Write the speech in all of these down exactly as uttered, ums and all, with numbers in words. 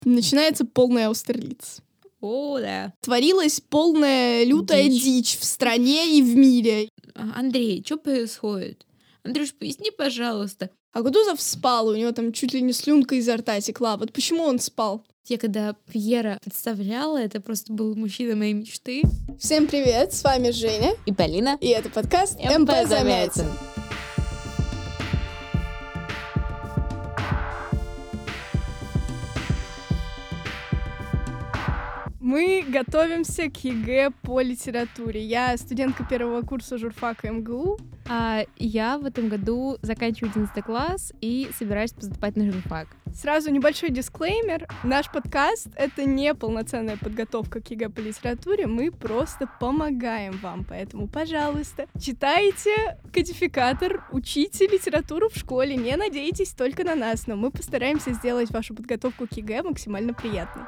Начинается полный Аустерлиц. О, да. Творилась полная лютая дичь, дичь в стране и в мире. Андрей, что происходит? Андрюш, поясни, пожалуйста. А Кутузов спал, у него там чуть ли не слюнка изо рта текла. Вот почему он спал? Я когда Пьера представляла, это просто был мужчина моей мечты. Всем привет, с вами Женя и Полина. И это подкаст «эм пэ Замятин». Мы готовимся к ЕГЭ по литературе. Я студентка первого курса журфака эм гэ у. А я в этом году заканчиваю одиннадцатый класс и собираюсь поступать на журфак. Сразу небольшой дисклеймер. Наш подкаст — это не полноценная подготовка к ЕГЭ по литературе. Мы просто помогаем вам. Поэтому, пожалуйста, читайте кодификатор, учите литературу в школе. Не надейтесь только на нас, но мы постараемся сделать вашу подготовку к ЕГЭ максимально приятной.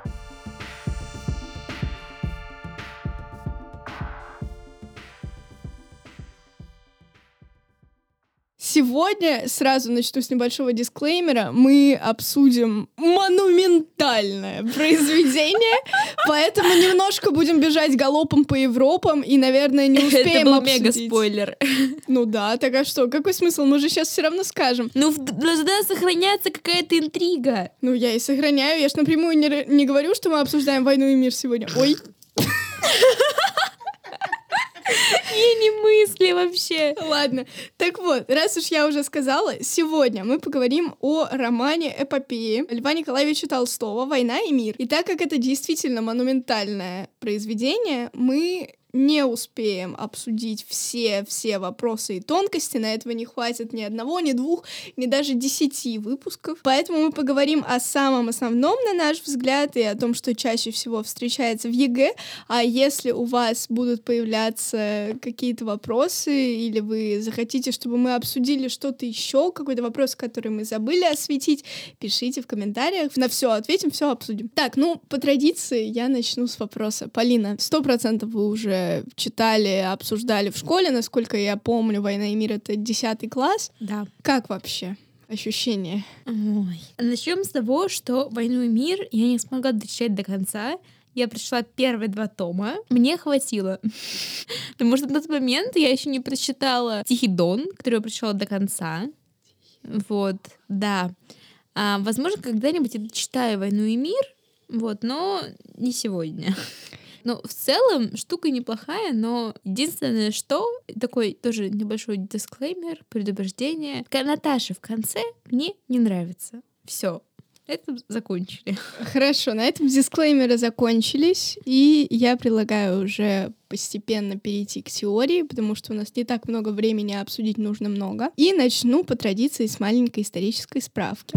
Сегодня, сразу начну с небольшого дисклеймера, мы обсудим монументальное произведение, поэтому немножко будем бежать галопом по Европам и, наверное, не успеем обсудить. Это был обсудить. мега-спойлер. Ну да, так а что? Какой смысл? Мы же сейчас все равно скажем. Ну, должна сохраняться какая-то интрига. Ну, я и сохраняю. Я ж напрямую не, не говорю, что мы обсуждаем «Войну и мир» сегодня. Ой. Я не мысли вообще. Ладно. Так вот, раз уж я уже сказала, сегодня мы поговорим о романе-эпопее Льва Николаевича Толстого «Война и мир». И так как это действительно монументальное произведение, мы не успеем обсудить все-все вопросы и тонкости, на этого не хватит ни одного, ни двух, ни даже десяти выпусков. Поэтому мы поговорим о самом основном, на наш взгляд, и о том, что чаще всего встречается в ЕГЭ. А если у вас будут появляться какие-то вопросы, или вы захотите, чтобы мы обсудили что-то еще, какой-то вопрос, который мы забыли осветить, пишите в комментариях. На все ответим, все обсудим. Так, ну, по традиции я начну с вопроса. Полина, сто процентов вы уже читали, обсуждали в школе, насколько я помню, «Война и мир» — это десятый класс. Да. Как вообще ощущения? Ой. Начнем с того, что «Войну и мир» я не смогла дочитать до конца. Я прочла первые два тома. Мне хватило. Потому что на тот момент я еще не прочитала «Тихий Дон», который я прочитала до конца. Вот, да. А, возможно, когда-нибудь я дочитаю «Войну и мир», вот, но не сегодня. Ну, в целом, штука неплохая, но единственное, что... Такой тоже небольшой дисклеймер, предупреждение. Наташа в конце мне не нравится. Все. Это закончили. Хорошо, на этом дисклеймеры закончились, и я предлагаю уже постепенно перейти к теории, потому что у нас не так много времени, а обсудить нужно много. И начну по традиции с маленькой исторической справки.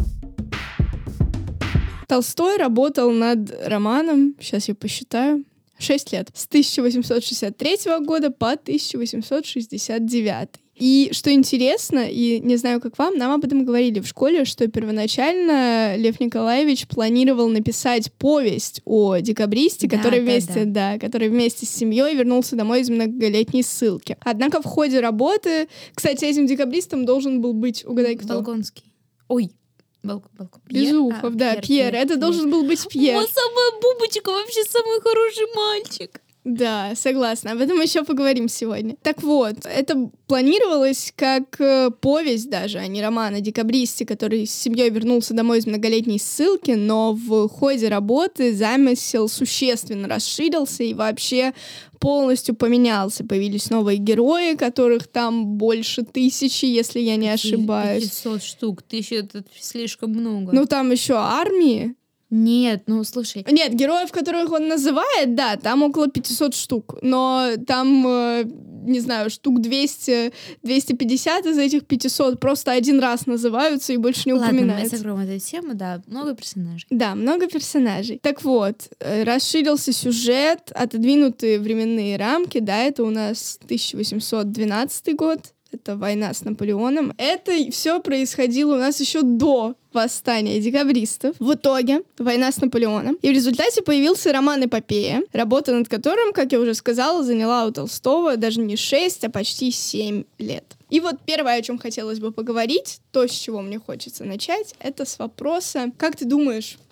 Толстой работал над романом, сейчас я посчитаю, шесть лет, с тысяча восемьсот шестьдесят третьего года по тысяча восемьсот шестьдесят девятый. И что интересно, и не знаю, как вам, нам об этом говорили в школе, что первоначально Лев Николаевич планировал написать повесть о декабристе, да, который, да, вместе, да. Да, который вместе с семьей вернулся домой из многолетней ссылки. Однако в ходе работы, кстати, этим декабристом должен был быть, угадай кто? Волконский. Ой. Балк, балк, Безухов, а, да, Пьер, Пьер. Пьер. Это Пьер. Должен был быть Пьер. Он самый бубочка, вообще самый хороший мальчик. Да, согласна. Об этом еще поговорим сегодня. Так вот, это планировалось как э, повесть даже, а не роман о декабристе, который с семьей вернулся домой из многолетней ссылки, но в ходе работы замысел существенно расширился и вообще полностью поменялся. Появились новые герои, которых там больше тысячи, если я не ошибаюсь. пятьсот штук. Тысяча — это слишком много. Ну, там еще армии. Нет, ну слушай. Нет, героев, которых он называет, да, там около пятисот штук, но там, э, не знаю, штук двести двести пятьдесят из этих пятисот просто один раз называются и больше не Ладно, упоминаются. Ладно, мы закроем эту тему, да, много персонажей. Да, много персонажей. Так вот, расширился сюжет, отодвинутые временные рамки, да, это у нас тысяча восемьсот двенадцатый год. Это война с Наполеоном. Это все происходило у нас еще до восстания декабристов. В итоге война с Наполеоном. И в результате появился роман-эпопея, работа над которым, как я уже сказала, заняла у Толстого даже не шесть, а почти семь лет. И вот первое, о чем хотелось бы поговорить, то, с чего мне хочется начать, это с вопроса, как ты думаешь,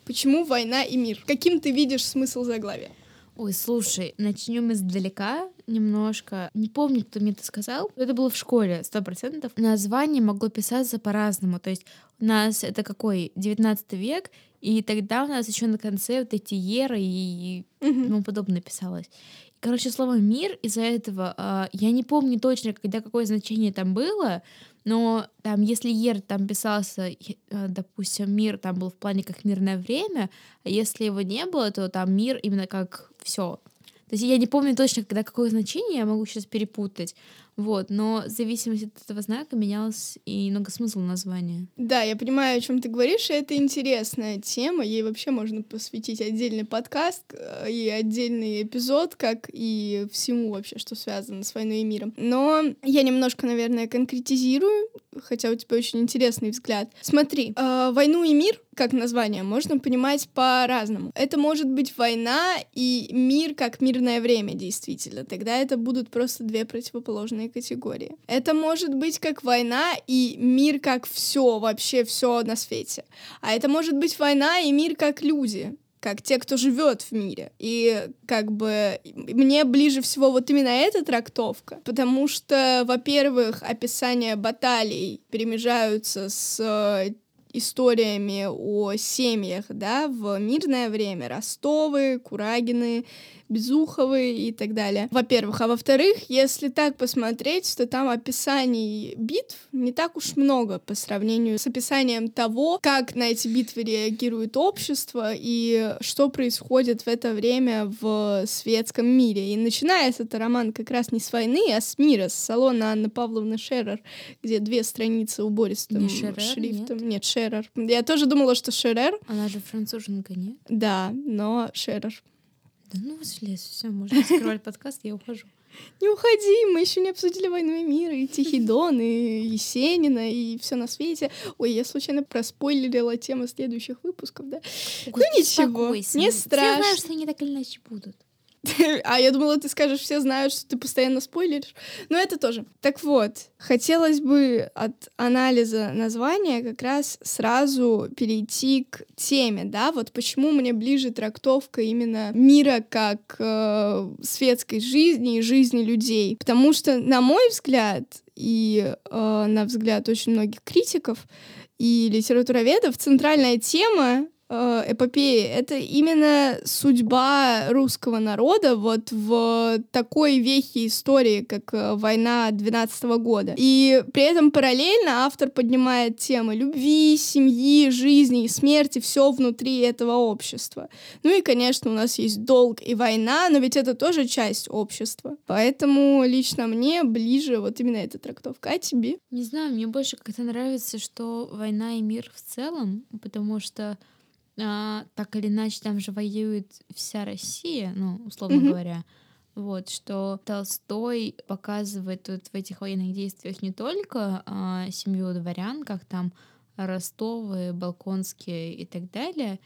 Почему война и мир? Каким ты видишь смысл заглавия? Ой, слушай, начнем издалека немножко. Не помню, кто мне это сказал. Это было в школе, сто процентов. Название могло писаться по-разному. То есть у нас это какой? девятнадцатый век, и тогда у нас еще на конце вот эти еры и Мгм. тому подобное писалось. Короче, слово «мир» из-за этого, а, я не помню точно, когда какое значение там было, но там, если «ер» там писался, е- э, допустим, «мир» там был в плане как мирное время, а если его не было, то там «мир» именно как все. То есть я не помню точно, когда какое значение, я могу сейчас перепутать. Вот, но в зависимости от этого знака менялся и немного смысл названия. Да, я понимаю, о чем ты говоришь, и это интересная тема, ей вообще можно посвятить отдельный подкаст э, и отдельный эпизод, как и всему вообще, что связано с войной и миром. Но я немножко, наверное, конкретизирую, хотя у тебя очень интересный взгляд. Смотри, э, войну и мир, как название, можно понимать по-разному. Это может быть война и мир как мирное время, действительно. Тогда это будут просто две противоположные категории. Это может быть как война и мир как все, вообще все на свете. А это может быть война и мир как люди, как те, кто живет в мире. И как бы мне ближе всего вот именно эта трактовка, потому что, во-первых, описания баталий перемежаются с э, историями о семьях, да, в мирное время. Ростовы, Курагины, Безуховы и так далее. Во-первых. А во-вторых, если так посмотреть, то там описаний битв не так уж много по сравнению с описанием того, как на эти битвы реагирует общество и что происходит в это время в светском мире. И начинается этот роман как раз не с войны, а с мира, с салона Анны Павловны Шерер, где две страницы убористым Не Шерер, шрифтом. нет? Нет, Шерер. Я тоже думала, что Шерер. Она же француженка, нет? Да, но Шерер. Да ну вас в лес, все, можно закрывать подкаст, я ухожу. Не уходи, мы еще не обсудили «Войну и мир», и «Тихий Дон», и Есенина, и все на свете. Ой, я случайно проспойлерила тему следующих выпусков, да? Ой, Ну ничего, успокойся. не Все страшно. знают, что они так или иначе будут. А я думала, ты скажешь, все знают, что ты постоянно спойлеришь. Но это тоже. Так вот, хотелось бы от анализа названия как раз сразу перейти к теме, да, вот почему мне ближе трактовка именно мира как э, светской жизни и жизни людей. Потому что, на мой взгляд, и э, на взгляд очень многих критиков и литературоведов, центральная тема э, эпопеи — это именно судьба русского народа вот в такой вехе истории, как э, война двенадцатого года. И при этом параллельно автор поднимает темы любви, семьи, жизни и смерти, все внутри этого общества. Ну и, конечно, у нас есть долг и война, но ведь это тоже часть общества. Поэтому лично мне ближе вот именно эта трактовка. А тебе? Не знаю, мне больше как-то нравится, что война и мир в целом, потому что а, так или иначе там же воюет вся Россия, ну, условно Мгм. говоря. Вот, что Толстой показывает вот в этих военных действиях не только а, семью дворян, как там Ростовы, Балконские и так далее,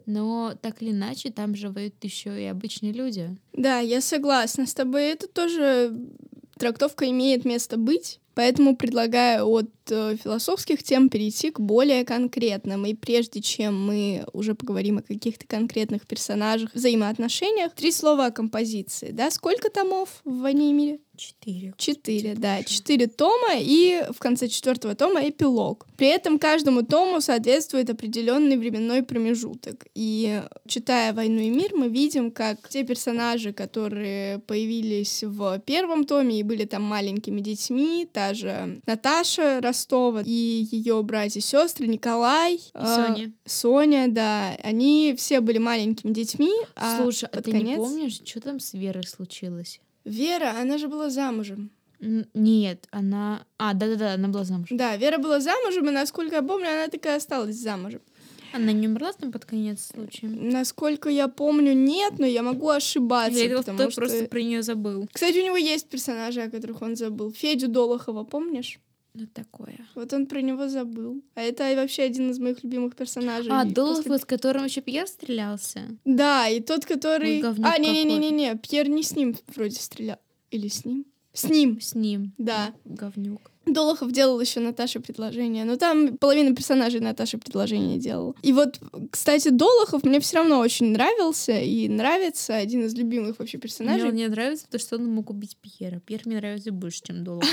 но так или иначе там же воюют еще и обычные люди. Да, я согласна с тобой. Это тоже трактовка имеет место быть. Поэтому предлагаю от э, философских тем перейти к более конкретным. И прежде чем мы уже поговорим о каких-то конкретных персонажах, взаимоотношениях, три слова о композиции. Да? Сколько томов в «Войне и мире»? Четыре. Четыре, да. Четыре тома, и в конце четвертого тома эпилог. При этом каждому тому соответствует определенный временной промежуток. И читая «Войну и мир», мы видим, как те персонажи, которые появились в первом томе и были там маленькими детьми, та же Наташа Ростова и ее братья и сестры Николай, И э, Соня. Соня, да, они все были маленькими детьми. А Слушай, а под ты конец... не помнишь, что там с Верой случилось? Вера, она же была замужем. Н- Нет, она... А, да-да-да, она была замужем. Да, Вера была замужем, и, насколько я помню, она так и осталась замужем. Она не умерла там под конец случаем? Насколько я помню, нет, но я могу ошибаться, Или потому кто что... просто про нее забыл? Кстати, у него есть персонажи, о которых он забыл. Федю Долохова, помнишь? Ну, такое. Вот он про него забыл. А это вообще один из моих любимых персонажей. А, И Долов, после- с которым еще Пьер стрелялся? Да, и тот, который... Ой, говнюк а, не-не-не-не, Пьер не с ним вроде стрелял. Или с ним? С ним, С ним. да. Говнюк. Долохов делал еще Наташе предложение, но там половина персонажей Наташе предложение делала. И вот, кстати, Долохов мне все равно очень нравился и нравится, один из любимых вообще персонажей. Мне он не нравится, потому что он мог убить Пьера. Пьер мне нравится больше, чем Долохов.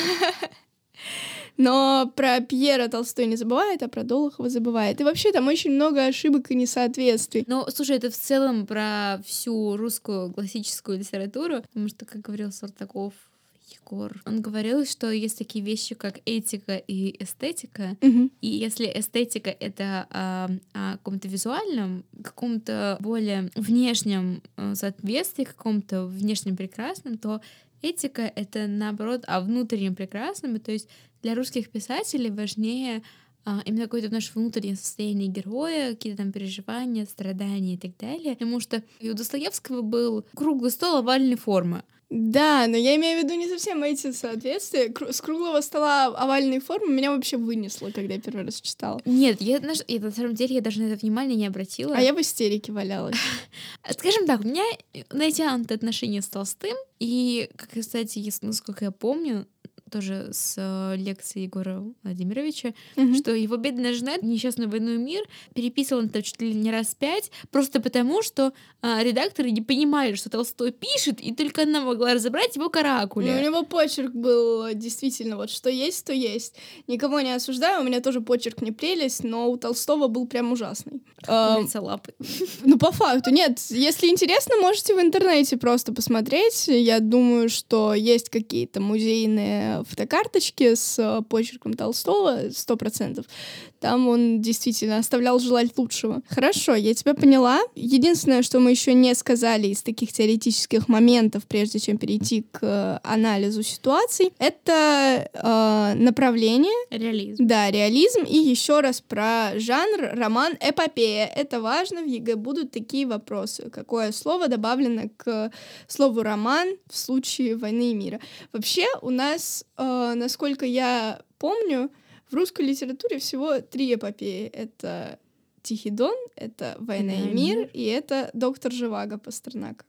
Но про Пьера Толстой не забывает, а про Долохова забывает. И вообще там очень много ошибок и несоответствий. Но, слушай, это в целом про всю русскую классическую литературу, потому что, как говорил Сартаков, Егор, он говорил, что есть такие вещи, как этика и эстетика, Угу. и если эстетика — это а, о каком-то визуальном, каком-то более внешнем а, соответствии, каком-то внешнем прекрасном, то этика — это, наоборот, о внутреннем прекрасном, и то есть для русских писателей важнее а, именно какое-то наше внутреннее состояние героя, какие-то там переживания, страдания и так далее, потому что и у Достоевского был круглый стол овальной формы. Да, но я имею в виду не совсем эти соответствия. Кру- С круглого стола овальной формы меня вообще вынесло, когда я первый раз читала. Нет, я, знаешь, я, на самом деле я даже на это внимание не обратила. А я в истерике валялась. Скажем так, у меня натянутые отношения с Толстым, и, как, кстати, если, насколько я помню, тоже с э, лекции Егора Владимировича, Мгм. что его бедная жена «Несчастную войну и мир» переписывала там чуть ли не раз пять, просто потому, что а, редакторы не понимали, что Толстой пишет, и только она могла разобрать его Ну, у каракули. него почерк был э, действительно вот что есть, то есть. Никого не осуждаю, у меня тоже почерк не прелесть, но у Толстого был прям ужасный. А, Курица лапы. Ну, по факту, нет. Если интересно, можете в интернете просто посмотреть. Я думаю, что есть какие-то музейные фотокарточки с э, почерком Толстого, сто процентов. Там он действительно оставлял желать лучшего. Хорошо, я тебя поняла. Единственное, что мы еще не сказали из таких теоретических моментов, прежде чем перейти к э, анализу ситуаций, это э, направление. Реализм. Да, реализм. И еще раз про жанр роман-эпопея. Это важно, в ЕГЭ будут такие вопросы. Какое слово добавлено к слову роман в случае войны и мира? Вообще у нас, э, насколько я помню, в русской литературе всего три эпопеи. Это «Тихий Дон», это «Война и мир», и это «Доктор Живаго» Пастернака.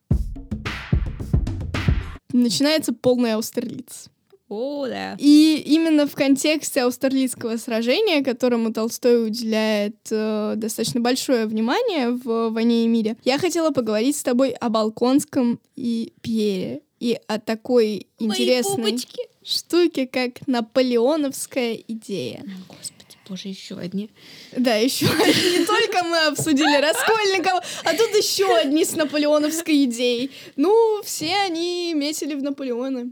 Начинается полный Аустерлиц. О, да. И именно в контексте Аустерлицкого сражения, которому Толстой уделяет э, достаточно большое внимание в «Войне и мире», я хотела поговорить с тобой о Болконском и Пьере. И о такой интересной бубочки. штуке, как наполеоновская идея. О, Господи, боже, еще одни. Да, еще не только мы обсудили Раскольникова, а тут еще одни с наполеоновской идеей. Ну, все они метили в Наполеона.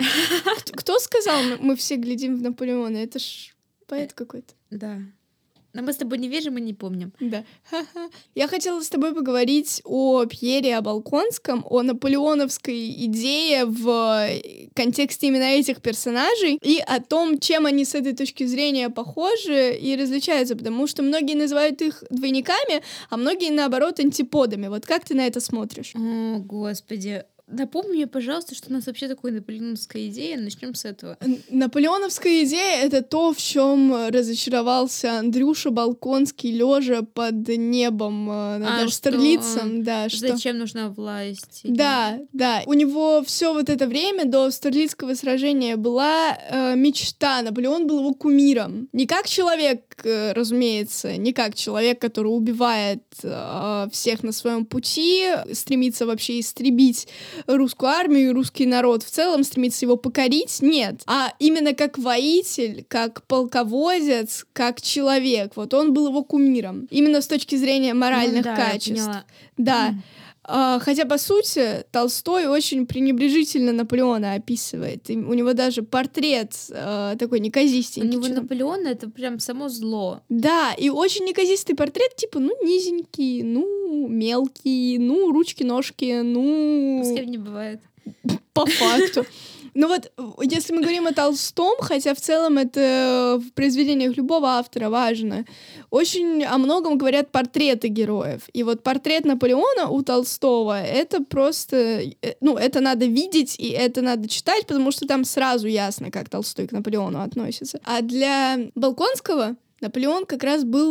Кто, кто сказал, мы, мы все глядим в Наполеона? Это ж поэт какой-то. Да. Но мы с тобой не вижим и не помним. Да. Ха-ха. Я хотела с тобой поговорить о Пьере, о Болконском, о наполеоновской идее в контексте именно этих персонажей и о том, чем они с этой точки зрения похожи и различаются, потому что многие называют их двойниками, а многие, наоборот, антиподами. Вот как ты на это смотришь? О, Господи. Напомни мне, пожалуйста, что у нас вообще такое наполеоновская идея. Начнем с этого. Н- Наполеоновская идея — это то, в чем разочаровался Андрюша Болконский, лежа под небом э, над А, Аустерлицем. что, Да, что... Зачем нужна власть? Или- Да, да. У него все вот это время до Аустерлицкого сражения была э, мечта. Наполеон был его кумиром. Не как человек, э, разумеется, не как человек, который убивает э, всех на своем пути, стремится вообще истребить русскую армию и русский народ в целом, стремится его покорить. Нет. А именно как воитель, как полководец, как человек. Вот он был его кумиром. Именно с точки зрения моральных Ну да, я качеств. поняла. Да. А, Хотя, по сути, Толстой очень пренебрежительно Наполеона описывает. И у него даже портрет э, такой У неказистенький. него чё- Наполеон — это прям само зло. Да, и очень неказистый портрет, типа, ну, низенький, ну, мелкий, ну, ручки-ножки, ну... С кем не бывает. По факту. Ну вот, если мы говорим о Толстом, хотя в целом это в произведениях любого автора важно, очень о многом говорят портреты героев. И вот портрет Наполеона у Толстого — это просто... Ну, это надо видеть, и это надо читать, потому что там сразу ясно, как Толстой к Наполеону относится. А для Болконского Наполеон как раз был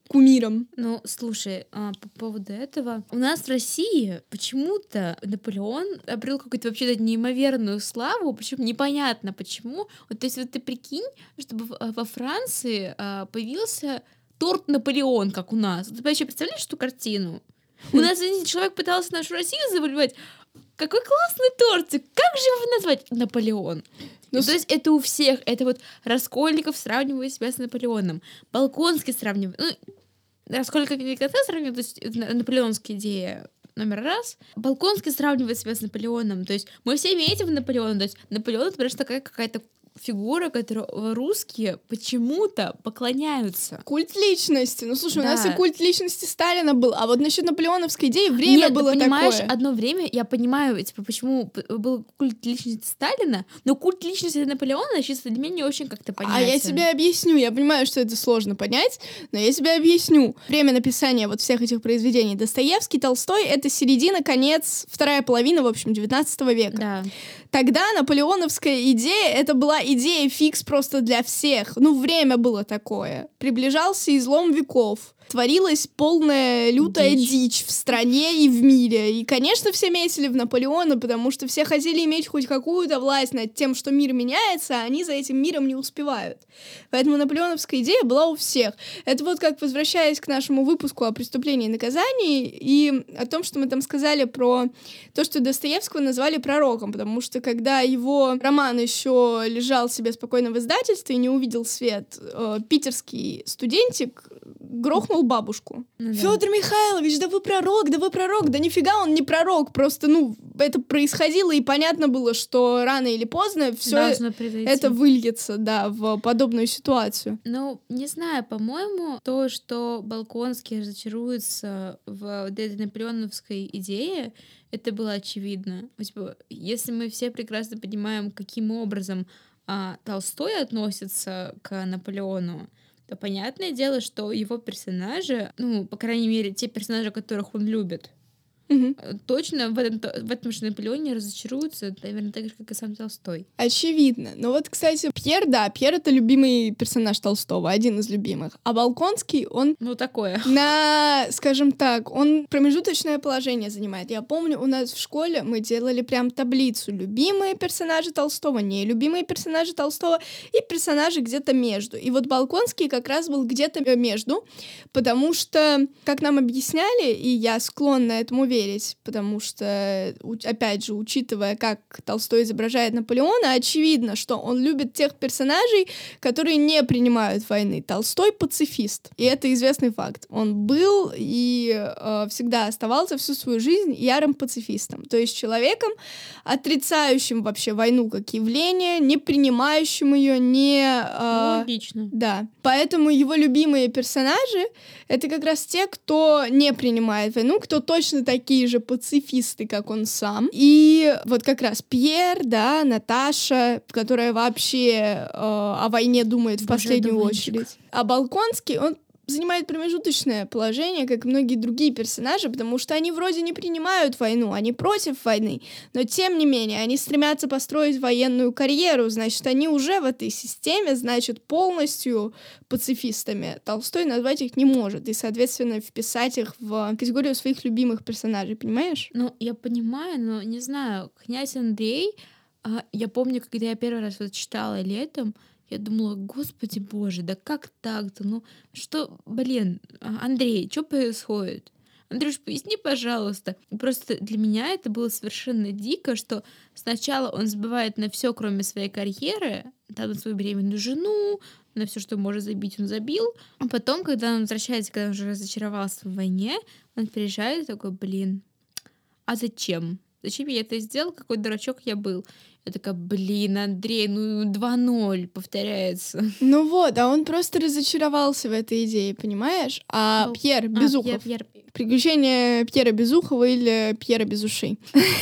кумиром. Ну, слушай, а, по поводу этого. У нас в России почему-то Наполеон обрел какую-то вообще неимоверную славу, причем непонятно почему. Вот, то есть вот ты прикинь, чтобы в- во Франции а, появился торт Наполеон, как у нас. Ты вообще представляешь эту картину? У нас один человек пытался нашу Россию завоевать. Какой классный тортик! Как же его назвать? Наполеон. Ну, То есть это у всех. Это вот Раскольников сравнивает себя с Наполеоном. Болконский сравнивает... Ну, Раскольников не конца сравнивает, то есть на- наполеонская идея номер раз. Болконский сравнивает себя с Наполеоном. То есть мы все верим в Наполеона. То есть Наполеон — это просто такая какая-то фигура, которую русские почему-то поклоняются. Культ личности. Ну, слушай, у нас Да. и культ личности Сталина был, а вот насчет наполеоновской идеи время Нет, было ты понимаешь, такое. одно время я понимаю, типа, почему п- был культ личности Сталина, но культ личности Наполеона чисто для меня не очень как-то понятен. А я тебе объясню. Я понимаю, что это сложно понять, но я тебе объясню. Время написания вот всех этих произведений Достоевский, Толстой — это середина, конец, вторая половина, в общем, девятнадцатого века. Да. Тогда наполеоновская идея — это была идея фикс просто для всех. Ну, время было такое. Приближался излом веков. Творилась полная лютая Дичь. дичь в стране и в мире. И, конечно, все метили в Наполеона, потому что все хотели иметь хоть какую-то власть над тем, что мир меняется, а они за этим миром не успевают. Поэтому наполеоновская идея была у всех. Это вот как, возвращаясь к нашему выпуску о преступлении и наказании и о том, что мы там сказали про то, что Достоевского назвали пророком, потому что когда его роман еще лежал себе спокойно в издательстве и не увидел свет, э, питерский студентик грохнул бабушку. Ну да. Федор Михайлович, да вы пророк, да вы пророк, да нифига он не пророк, просто, ну, это происходило, и понятно было, что рано или поздно все Должно произойти. это выльется, да, в подобную ситуацию. Ну, не знаю, по-моему, то, что Болконский разочаруется в вот этой наполеоновской идее, это было очевидно. Ну, типа, если мы все прекрасно понимаем, каким образом а, Толстой относится к Наполеону, то понятное дело, что его персонажи, ну, по крайней мере, те персонажи, которых он любит, Мгм. э, точно в этом, в этом же Наполеоне разочаруются, наверное, так же, как и сам Толстой. Очевидно. Но вот, кстати, Пьер, да, Пьер — это любимый персонаж Толстого, один из любимых. А Болконский, он Ну, такое. на, скажем так, он промежуточное положение занимает. Я помню, у нас в школе мы делали прям таблицу: любимые персонажи Толстого, нелюбимые персонажи Толстого и персонажи где-то между. И вот Болконский как раз был где-то э, между, потому что, как нам объясняли, и я склонна этому верить, потому что, у- опять же, учитывая, как Толстой изображает Наполеона, очевидно, что он любит тех персонажей, которые не принимают войны. Толстой пацифист, и это известный факт. Он был и э, всегда оставался всю свою жизнь ярым пацифистом, то есть человеком, отрицающим вообще войну как явление, не принимающим ее, не... э, Логично. да. Поэтому его любимые персонажи — это как раз те, кто не принимает войну, кто точно такие же пацифисты, как он сам. И вот как раз Пьер, да, Наташа, которая вообще э, о войне думает в Боже, последнюю одуванчик. очередь. А Болконский, он занимает промежуточное положение, как и многие другие персонажи, потому что они вроде не принимают войну, они против войны, но тем не менее они стремятся построить военную карьеру, значит, они уже в этой системе, значит, полностью пацифистами. Толстой назвать их не может, и, соответственно, вписать их в категорию своих любимых персонажей, понимаешь? Ну, я понимаю, но не знаю, князь Андрей, а, я помню, когда я первый раз вот читала летом, я думала, господи боже, да как так-то? Ну, что, блин, а, Андрей, что происходит? Андрюш, поясни, пожалуйста. Просто для меня это было совершенно дико, что сначала он забивает на все, кроме своей карьеры, там, на свою беременную жену, на все, что может забить, он забил. А потом, когда он возвращается, когда он уже разочаровался в войне, он приезжает и такой, блин, а зачем? Зачем я это сделал? Какой дурачок я был? Я такая, блин, Андрей, ну два ноль повторяется. Ну вот, а он просто разочаровался в этой идее, понимаешь? А Ну, Пьер А, Безухов. Пьер, Пьер. Приключения Пьера Безухова или Пьера без ушей.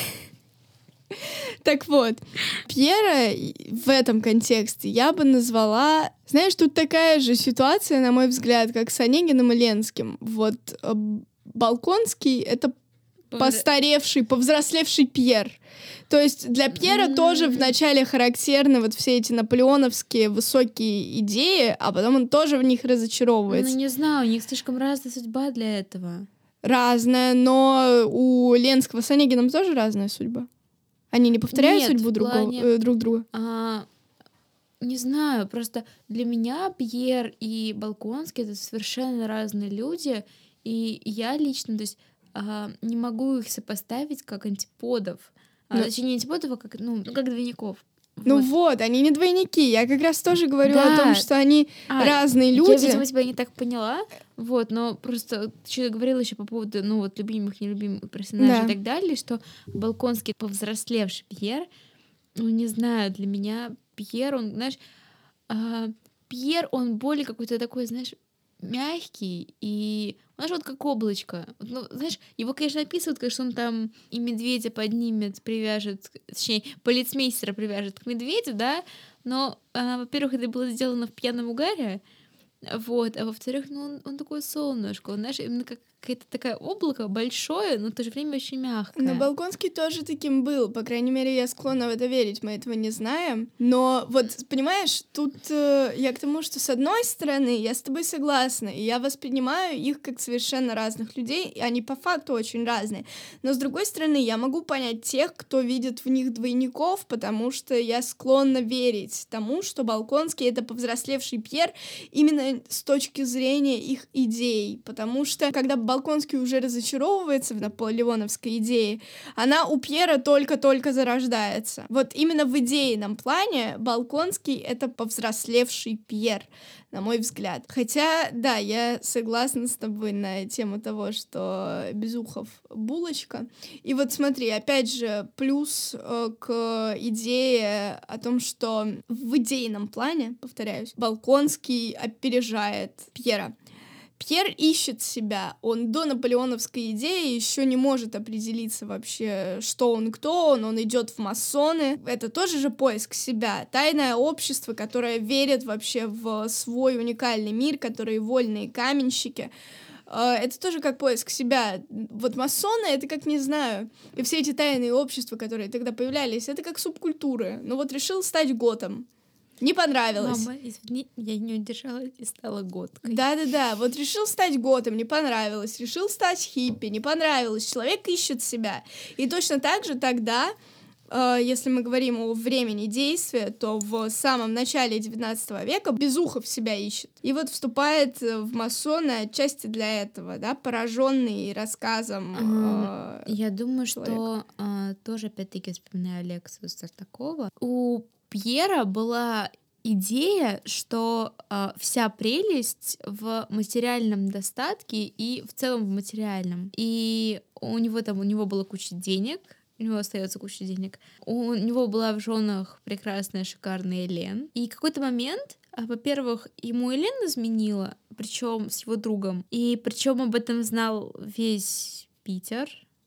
Так вот, Пьера в этом контексте я бы назвала... Знаешь, тут такая же ситуация, на мой взгляд, как с Онегиным и Ленским. Вот э, Болконский — это постаревший, повзрослевший Пьер. То есть для Пьера mm-hmm. тоже вначале характерны вот все эти наполеоновские высокие идеи, а потом он тоже в них разочаровывается. Ну, не знаю, у них слишком разная судьба для этого. Разная, но у Ленского с Онегиным тоже разная судьба. Они не повторяют Нет, судьбу другого, плане... э, друг друга? А, не знаю, просто для меня Пьер и Болконский — это совершенно разные люди, и я лично, то есть, а, не могу их сопоставить как антиподов. А, ну, точнее, не антиподов, а как, ну, как двойников. Ну вот. вот, они не двойники. Я как раз тоже говорю да. о том, что они а, разные люди. Я, видимо, тебя не так поняла, вот, но просто ты что-то говорила еще по поводу, ну, вот, любимых, нелюбимых персонажей да. и так далее, что Болконский повзрослевший Пьер, ну, не знаю, для меня Пьер, он, знаешь, а, Пьер, он более какой-то такой, знаешь, мягкий, и он же вот как облачко. Ну, знаешь, его, конечно, описывают, конечно, он там и медведя поднимет, привяжет, точнее, полицмейстера привяжет к медведю, да, но, а, во-первых, это было сделано в пьяном угаре, вот, а во-вторых, ну, он, он такое солнышко, он, знаешь, именно как какое-то такое облако большое, но в то же время очень мягкое. Но Болконский тоже таким был, по крайней мере, я склонна в это верить, мы этого не знаем. Но вот, понимаешь, тут э, я к тому, что с одной стороны я с тобой согласна, и я воспринимаю их как совершенно разных людей, и они по факту очень разные. Но с другой стороны, я могу понять тех, кто видит в них двойников, потому что я склонна верить тому, что Болконский — это повзрослевший Пьер именно с точки зрения их идей, потому что когда Болконский уже разочаровывается в наполеоновской идее, она у Пьера только-только зарождается. Вот именно в идейном плане Болконский — это повзрослевший Пьер, на мой взгляд. Хотя, да, я согласна с тобой на тему того, что Безухов — булочка. И вот смотри, опять же, плюс э, к идее о том, что в идейном плане, повторяюсь, Болконский опережает Пьера. Пьер ищет себя, он до наполеоновской идеи еще не может определиться вообще, что он, кто он, он идет в масоны. Это тоже же поиск себя, тайное общество, которое верит вообще в свой уникальный мир, которые вольные каменщики. Это тоже как поиск себя. Вот масоны — это как, не знаю, и все эти тайные общества, которые тогда появлялись, это как субкультуры. Ну вот решил стать готом. Не понравилось. Мама, извини, я не удержалась и стала готкой. Да-да-да, вот решил стать готом, не понравилось. Решил стать хиппи, не понравилось. Человек ищет себя. И точно так же тогда, э, если мы говорим о времени действия, то в самом начале девятнадцатого века Безухов себя ищет. И вот вступает в масоны отчасти для этого, да, пораженный рассказом э, Я думаю, человека. что э, тоже, опять-таки, вспоминая лекцию Стартакова, у Пьера была идея, что э, вся прелесть в материальном достатке и в целом в материальном. И у него там, у него была куча денег, у него остается куча денег, у него была в женах прекрасная, шикарная Элен. И в какой-то момент, во-первых, ему Элен изменила, причем с его другом, и причем об этом знал весь Питер,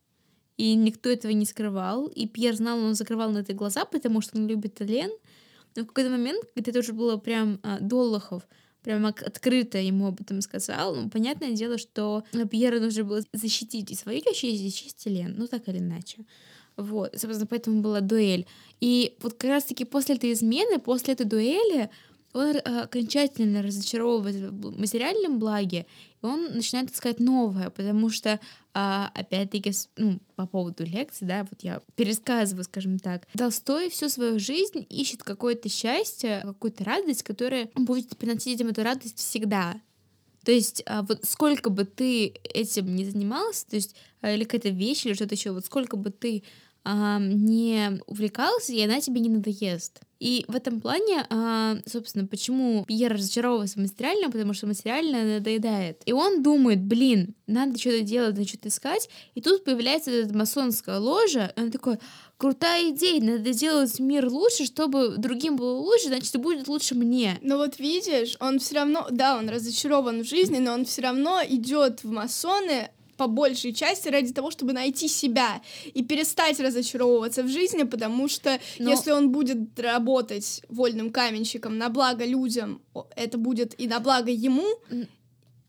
и никто этого не скрывал, и Пьер знал, он закрывал на это глаза, потому что он любит Элен. Но в какой-то момент, когда это уже было прям а, Долохов, прям открыто ему об этом сказал, ну, понятное дело, что Пьеру нужно было защитить и свою честь, и защитить Элен, ну, так или иначе. Вот, собственно, поэтому была дуэль. И вот как раз-таки после этой измены, после этой дуэли, он окончательно разочаровывается в материальном благе, и он начинает искать новое, потому что, опять-таки, ну, по поводу лекции, да, вот я пересказываю, скажем так, Толстой всю свою жизнь ищет какое-то счастье, какую-то радость, которая будет приносить им эту радость всегда. То есть вот сколько бы ты этим не занимался, то есть или какая-то вещь, или что-то еще, вот сколько бы ты а, не увлекался, и она тебе не надоест. И в этом плане, а, собственно, почему Пьер разочаровывается в материальном, потому что материальное надоедает. И он думает, блин, надо что-то делать, надо что-то искать. И тут появляется эта масонская ложа, и он такой, крутая идея, надо делать мир лучше, чтобы другим было лучше, значит, будет лучше мне. Но вот видишь, он все равно, да, он разочарован в жизни, но он все равно идет в масоны по большей части ради того, чтобы найти себя и перестать разочаровываться в жизни, потому что но... если он будет работать вольным каменщиком на благо людям, это будет и на благо ему,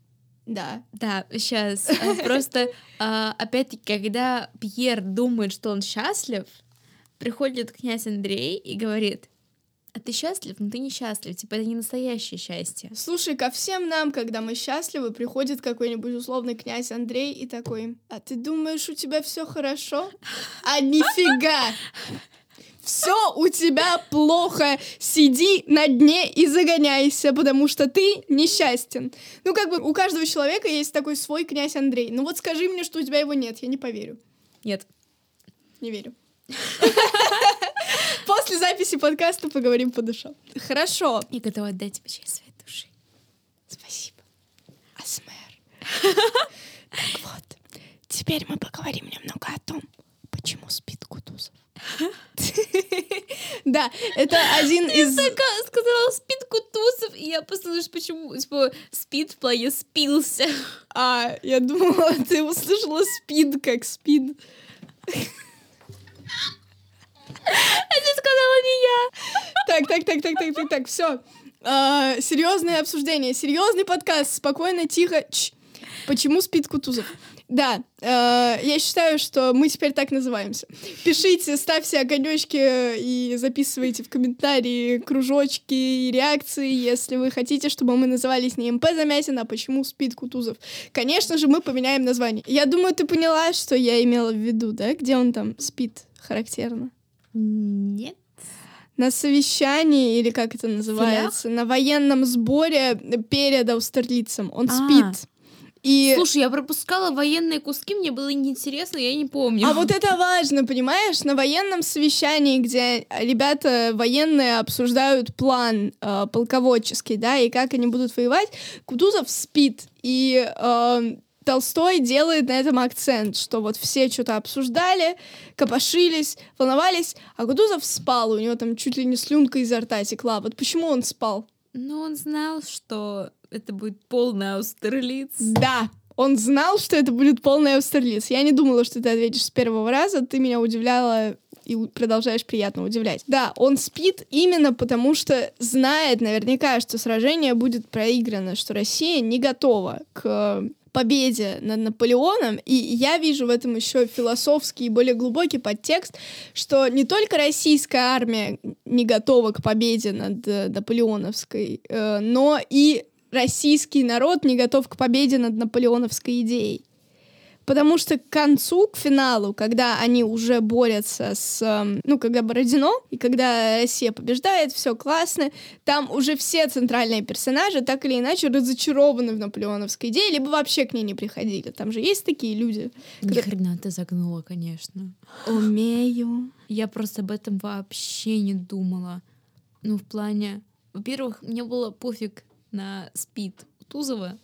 Да. Да, сейчас. Просто, а, опять-таки, когда Пьер думает, что он счастлив, приходит князь Андрей и говорит: а ты счастлив? Ну ты несчастлив, типа это не настоящее счастье. Слушай, ко всем нам, когда мы счастливы, приходит какой-нибудь условный князь Андрей и такой: а ты думаешь, у тебя все хорошо? А нифига! Все у тебя плохо, сиди на дне и загоняйся, потому что ты несчастен. Ну, как бы у каждого человека есть такой свой князь Андрей. Ну вот скажи мне, что у тебя его нет, я не поверю. Нет. Не верю. После записи подкаста поговорим по душам. Хорошо. Я готова отдать тебе часть своей души. Спасибо. АСМР. Так вот, теперь мы поговорим немного о том, почему спит Кутузов. Да, это один из... Ты сказала спит Кутузов, и я послушала, почему типа спит в плане спился. А, я думала, ты услышала спид как спид. Это сказала не я. Так, так, так, так, так, так, так, все. Серьезное обсуждение, серьезный подкаст. Спокойно, тихо. Ч. Почему спит Кутузов? Да, э, я считаю, что мы теперь так называемся. Пишите, ставьте огонечки и записывайте в комментарии кружочки и реакции, если вы хотите, чтобы мы назывались не МП Замятин, а почему спит Кутузов. Конечно же, мы поменяем название. Я думаю, ты поняла, что я имела в виду, да? Где он там спит характерно? Нет. На совещании, или как это называется, Филях? на военном сборе перед Аустерлицем. Он А. спит. И... Слушай, я пропускала военные куски, мне было неинтересно, я не помню. А вот это важно, понимаешь? На военном совещании, где ребята военные обсуждают план э, полководческий, да, и как они будут воевать, Кутузов спит. И э, Толстой делает на этом акцент, что вот все что-то обсуждали, копошились, волновались, а Кутузов спал, у него там чуть ли не слюнка изо рта текла. Вот почему он спал? Ну, он знал, что это будет полный Аустерлиц. Да, он знал, что это будет полный Аустерлиц. Я не думала, что ты ответишь с первого раза. Ты меня удивляла и продолжаешь приятно удивлять. Да, он спит именно потому, что знает наверняка, что сражение будет проиграно, что Россия не готова к победе над Наполеоном, и я вижу в этом еще философский и более глубокий подтекст, что не только российская армия не готова к победе над э, наполеоновской, э, но и российский народ не готов к победе над наполеоновской идеей. Потому что к концу, к финалу, когда они уже борются с... Ну, когда Бородино, и когда Россия побеждает, все классно, там уже все центральные персонажи так или иначе разочарованы в наполеоновской идее, либо вообще к ней не приходили. Там же есть такие люди. Ни которые... хрена ты загнула, конечно. Умею. Я просто об этом вообще не думала. Ну, в плане... Во-первых, мне было пофиг на спид Кутузова.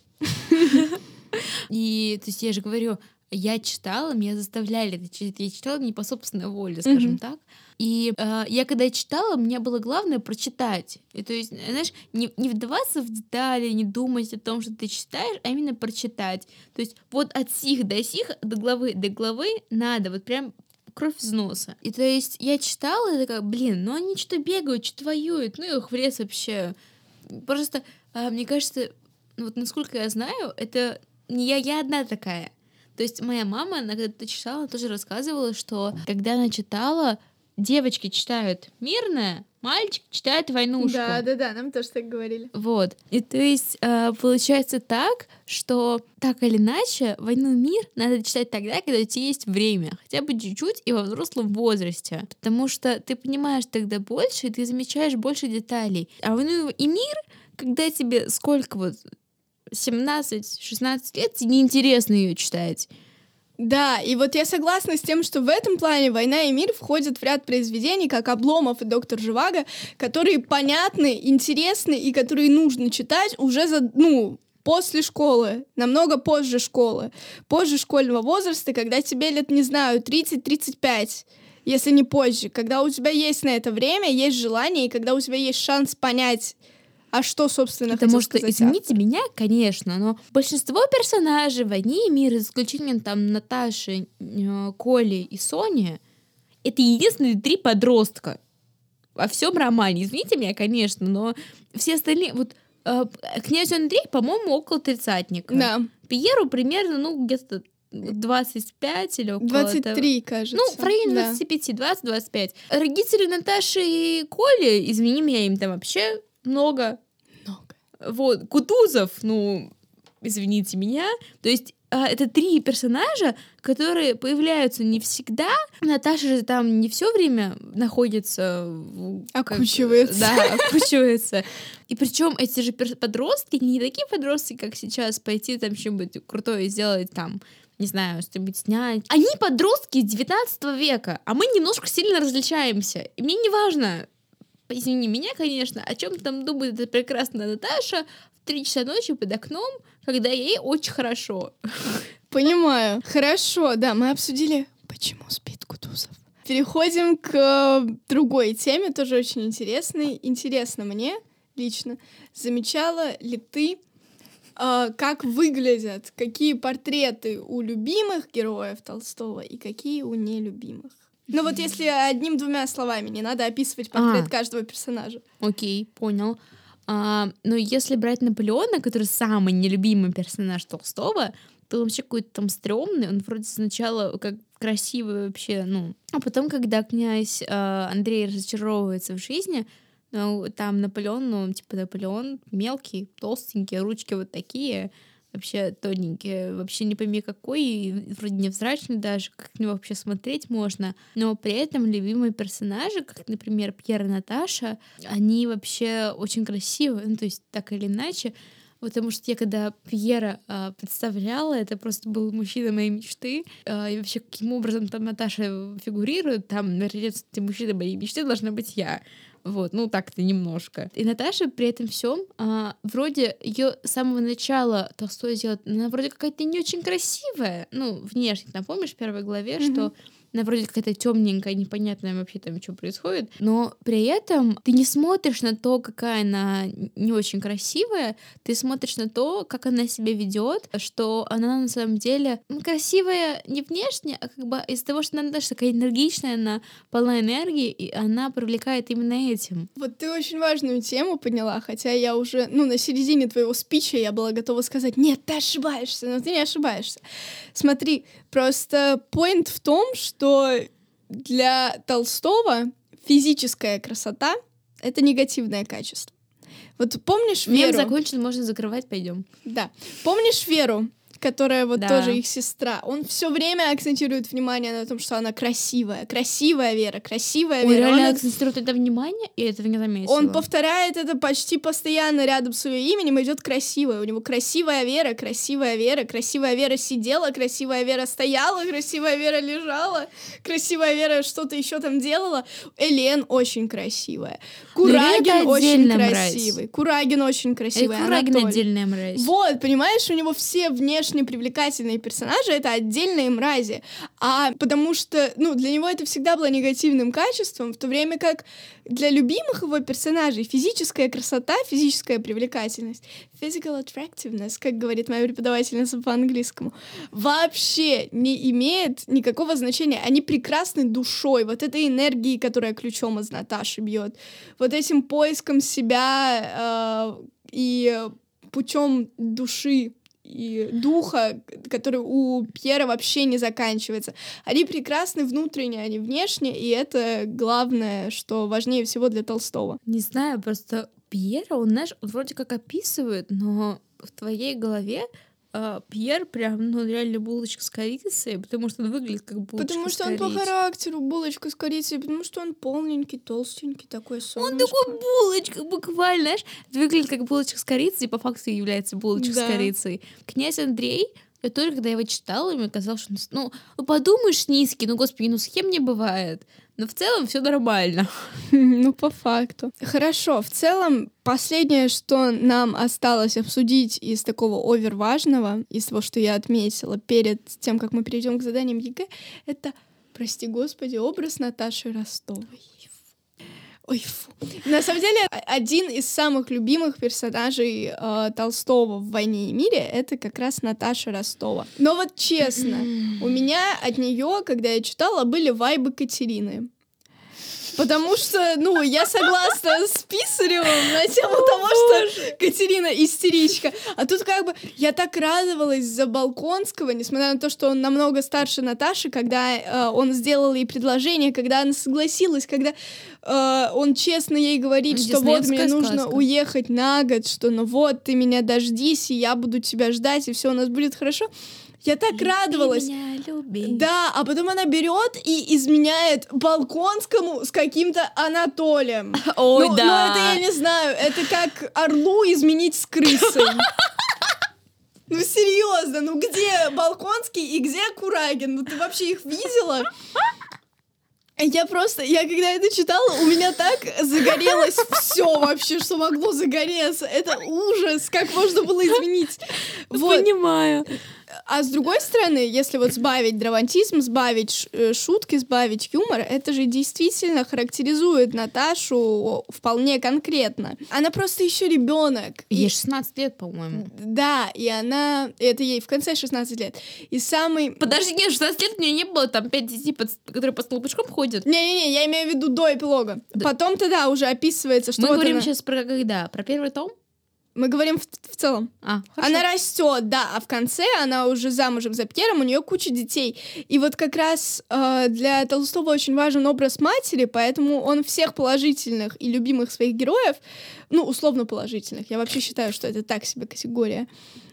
И, то есть, я же говорю, я читала, меня заставляли это читать. Я читала не по собственной воле, скажем mm-hmm. так. И э, я когда читала, мне было главное прочитать. И, то есть, знаешь, не, не вдаваться в детали, не думать о том, что ты читаешь, а именно прочитать. То есть, вот от сих до сих, до главы до главы надо вот прям кровь из носа. И то есть, я читала, и такая, блин, ну они что-то бегают, что-то воюют, ну их в лес вообще. Просто, э, мне кажется, вот насколько я знаю, это не я, я одна такая. То есть моя мама, она когда-то читала, тоже рассказывала, что когда она читала, девочки читают мирное, мальчик читает войнушку. Да, да, да, нам тоже так говорили. Вот. И то есть э, получается так, что так или иначе «Войну и мир» надо читать тогда, когда у тебя есть время, хотя бы чуть-чуть и во взрослом возрасте. Потому что ты понимаешь тогда больше, и ты замечаешь больше деталей. А «Войну и мир», когда тебе сколько вот... семнадцать-шестнадцать лет, тебе неинтересно ее читать. Да, и вот я согласна с тем, что в этом плане «Война и мир» входят в ряд произведений, как «Обломов» и «Доктор Живаго», которые понятны, интересны и которые нужно читать уже за, ну, после школы, намного позже школы, позже школьного возраста, когда тебе лет, не знаю, тридцать-тридцать пять, если не позже, когда у тебя есть на это время, есть желание, и когда у тебя есть шанс понять, а что, собственно, хотел Потому что, сказать извините автор. меня, конечно, но большинство персонажей в «Войне и мире», за исключением там Наташи, э, Коли и Сони, это единственные три подростка во всем романе. Извините меня, конечно, но все остальные... Вот э, князю Андрею, по-моему, около тридцатника. Да. Пьеру примерно, ну, где-то двадцать пять или около двадцать три, этого. кажется. Ну, в районе да. двадцать пять, двадцать двадцать пять. Родители Наташи и Коли, извини меня, им там вообще много. Много. Вот, Кутузов, ну, извините меня. То есть а, это три персонажа, которые появляются не всегда. Наташа же там не все время находится... в- как- Окучивается. Да, окучивается. И причем эти же пер- подростки не такие подростки, как сейчас, пойти там что-нибудь крутое сделать там, не знаю, что-нибудь снять. Они подростки девятнадцатого века, а мы немножко сильно различаемся. И мне не важно, извини меня, конечно, о чем там думает эта прекрасная Наташа в три часа ночи под окном, когда ей очень хорошо. Понимаю. Хорошо, да, мы обсудили, почему спит Кутузов. Переходим к э, другой теме, тоже очень интересной. Интересно мне лично, замечала ли ты, э, как выглядят, какие портреты у любимых героев Толстого и какие у нелюбимых? Ну вот если одним-двумя словами, не надо описывать портрет А. каждого персонажа. Окей, понял. А, но если брать Наполеона, который самый нелюбимый персонаж Толстого, то он вообще какой-то там стрёмный. Он вроде сначала как красивый вообще, ну... А потом, когда князь а, Андрей разочаровывается в жизни, ну, там Наполеон, ну, типа Наполеон мелкий, толстенький, ручки вот такие, вообще тоненькие, вообще не пойми какой, и вроде невзрачный даже, как на него вообще смотреть можно. Но при этом любимые персонажи, как, например, Пьер и Наташа, они вообще очень красивые, ну, то есть так или иначе. Потому что я когда Пьера а, представляла, это просто был мужчина моей мечты. А, и вообще, каким образом там Наташа фигурирует, там, наверное, мужчина моей мечты должна быть я. Вот, ну так-то немножко. И Наташа при этом всем а, вроде ее с самого начала Толстой делает, она вроде какая-то не очень красивая, ну, внешне, там, помнишь, в первой главе, mm-hmm. что она вроде какая-то темненькая, непонятная вообще там, что происходит, но при этом ты не смотришь на то, какая она не очень красивая, ты смотришь на то, как она себя ведет, что она на самом деле ну, красивая не внешне, а как бы из-за того, что она даже такая энергичная, она полна энергии, и она привлекает именно этим. Вот ты очень важную тему подняла, хотя я уже, ну, на середине твоего спича я была готова сказать, нет, ты ошибаешься, но ты не ошибаешься. Смотри, просто поинт в том, что что для Толстого физическая красота — это негативное качество. Вот помнишь Веру? Мем закончен, можно закрывать, пойдем. Да. Помнишь Веру, которая вот да. тоже их сестра? Он все время акцентирует внимание на том, что она красивая. Красивая Вера, красивая Ой, Вера. реально он акцентирует это внимание? Я этого не заметила. Он повторяет это почти постоянно рядом с ее именем, идет красивая. У него красивая Вера, красивая Вера, красивая Вера сидела, красивая Вера стояла, красивая Вера лежала, красивая Вера что-то еще там делала. Элен очень красивая. Курагин очень красивый. Мразь. Курагин очень красивый. И Курагин отдельная мразь. Вот, понимаешь, у него все внешне привлекательные персонажи — это отдельные мрази. А потому что, ну, для него это всегда было негативным качеством, в то время как для любимых его персонажей физическая красота, физическая привлекательность, physical attractiveness, как говорит моя преподавательница по английскому, вообще не имеет никакого значения. Они прекрасны душой, вот этой энергией, которая ключом из Наташи бьет, вот этим поиском себя э, и путем души и духа, который у Пьера вообще не заканчивается. Они прекрасны внутренне, а не внешне, и это главное, что важнее всего для Толстого. Не знаю, просто Пьера, он, знаешь, он вроде как описывает, но в твоей голове Uh, Пьер прям, ну, реально булочка с корицей, потому что он выглядит как булочка Потому с что он корицей. по характеру булочка с корицей, потому что он полненький, толстенький, такой солнышко. Он такой булочка, буквально, знаешь, выглядит как булочка с корицей, и по факту является булочка да. с корицей. Князь Андрей, я тоже, когда я его читала, мне казалось, что, ну, ну, подумаешь, низкий, ну, господи, ну, с кем не бывает. Но в целом все нормально. Ну, по факту. Хорошо, в целом, последнее, что нам осталось обсудить из такого оверважного, из того, что я отметила перед тем, как мы перейдем к заданиям ЕГЭ, это, прости господи, образ Наташи Ростовой. Ой, фу. На самом деле, один из самых любимых персонажей э, Толстого в «Войне и мире» — это как раз Наташа Ростова. Но вот честно, у меня от нее, когда я читала, были вайбы Катерины. Потому что, ну, я согласна с Писаревым на тему того, что Катерина истеричка. А тут как бы я так радовалась за Болконского, несмотря на то, что он намного старше Наташи, когда э, он сделал ей предложение, когда она согласилась, когда э, он честно ей говорит, что вот мне нужно сказка. уехать на год, что ну вот ты меня дождись, и я буду тебя ждать, и все у нас будет хорошо. Я так Люби радовалась. меня, люби. Да, а потом она берет и изменяет Болконскому с каким-то Анатолием. Ой, ну, да. Ну, это я не знаю, это как орлу изменить с крысой. Ну, серьезно, ну где Болконский и где Курагин? Ну, ты вообще их видела? Я просто, я когда это читала, у меня так загорелось все вообще, что могло загореться. Это ужас, как можно было изменить. Вот. Понимаю. А с другой стороны, если вот сбавить драматизм, сбавить ш- шутки, сбавить юмор, это же действительно характеризует Наташу вполне конкретно. Она просто еще ребенок. Ей шестнадцать лет, по-моему. Да, и она... Это ей в конце шестнадцать лет. И самый... Подожди, нет, шестнадцать лет у нее не было, там пять детей, под- которые по столу пешком ходят. Не-не-не, я имею в виду до эпилога. Да. Потом-то, да, уже описывается, что Мы вот говорим она... сейчас про когда? Про первый том? Мы говорим в, в целом. А, хорошо. Она растет, да, а в конце она уже замужем за Пьером, у нее куча детей. И вот как раз э, для Толстого очень важен образ матери, поэтому он всех положительных и любимых своих героев, ну, условно положительных, я вообще считаю, что это так себе категория,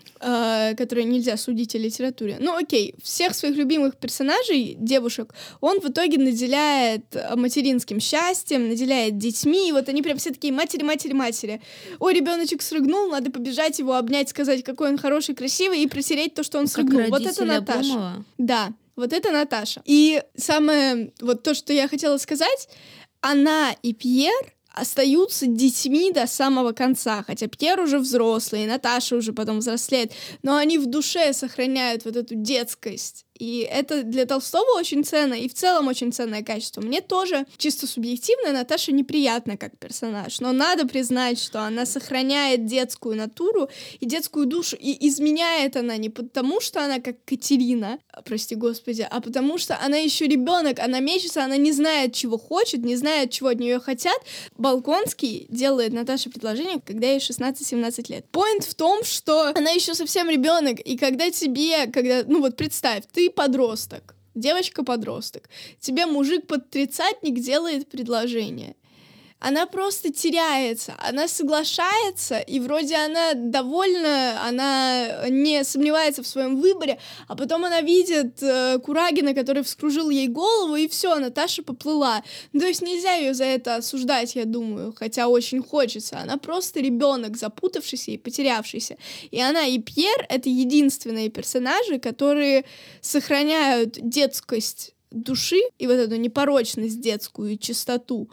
э, которую нельзя судить о литературе. Ну, окей, всех своих любимых персонажей, девушек, он в итоге наделяет материнским счастьем, наделяет детьми, и вот они прям все такие матери, матери, матери. Ой, ребеночек срыгнул, надо побежать его обнять, сказать, какой он хороший, красивый, и протереть то, что он срыгнул. Вот это Наташа. Обломова. Да, вот это Наташа. И самое, вот то, что я хотела сказать, она и Пьер остаются детьми до самого конца, хотя Пьер уже взрослый, и Наташа уже потом взрослеет, но они в душе сохраняют вот эту детскость. И это для Толстого очень ценно, и в целом очень ценное качество. Мне тоже, чисто субъективно, Наташа неприятна как персонаж, но надо признать, что она сохраняет детскую натуру и детскую душу, и изменяет она не потому, что она как Катерина, прости господи, а потому что она еще ребенок, она мечется, она не знает, чего хочет, не знает, чего от нее хотят. Болконский делает Наташе предложение, когда ей шестнадцать-семнадцать лет. Поинт в том, что она еще совсем ребенок, и когда тебе, когда, ну вот представь, ты подросток, девочка-подросток, тебе мужик-подтридцатник делает предложение. Она просто теряется, она соглашается, и вроде она довольна, она не сомневается в своем выборе, а потом она видит э, Курагина, который вскружил ей голову, и все, Наташа поплыла. Ну, то есть нельзя ее за это осуждать, я думаю, хотя очень хочется. Она просто ребенок, запутавшийся и потерявшийся. И она и Пьер — это единственные персонажи, которые сохраняют детскость души и вот эту непорочность детскую и чистоту,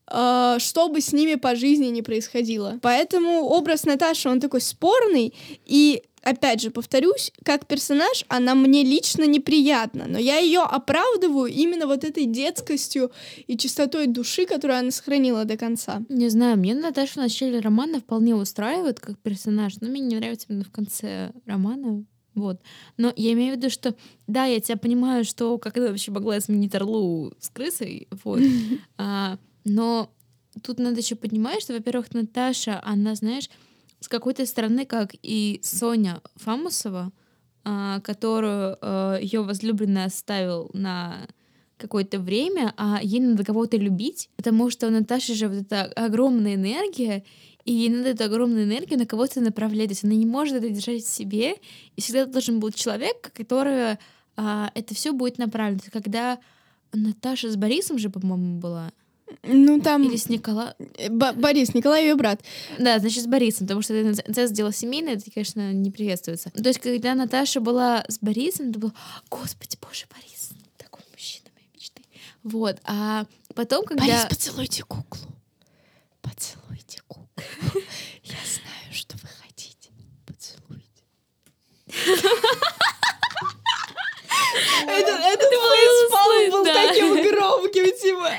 что бы с ними по жизни не происходило. Поэтому образ Наташи, он такой спорный, и, опять же, повторюсь, как персонаж она мне лично неприятна, но я ее оправдываю именно вот этой детскостью и чистотой души, которую она сохранила до конца. Не знаю, мне Наташа в начале романа вполне устраивает как персонаж, но мне не нравится именно в конце романа. Вот. Но я имею в виду, что да, я тебя понимаю, что как она вообще могла изменить Орлу с крысой, вот. А, но тут надо еще понимать, что, во-первых, Наташа, она, знаешь, с какой-то стороны, как и Соня Фамусова, а, которую а, ее возлюбленный оставил на какое-то время, а ей надо кого-то любить, потому что у Наташи же вот эта огромная энергия, и ей надо эту огромную энергию на кого-то направлять. То есть она не может это держать в себе, и всегда должен был человек, который а, это все будет направлено. Когда Наташа с Борисом же, по-моему, была. Ну, там... Или с Николаем. Б- Борис, Николай ее брат. Да, значит, с Борисом, потому что это инцест дело семейное, это, конечно, не приветствуется. То есть, когда Наташа была с Борисом, это было: Господи, боже, Борис, такой мужчина моей мечты. Вот, а потом, когда... Борис, поцелуйте куклу. Поцелуйте куклу. Я знаю, что вы хотите. Поцелуйте. Этот фейспалм был таким громким, типа...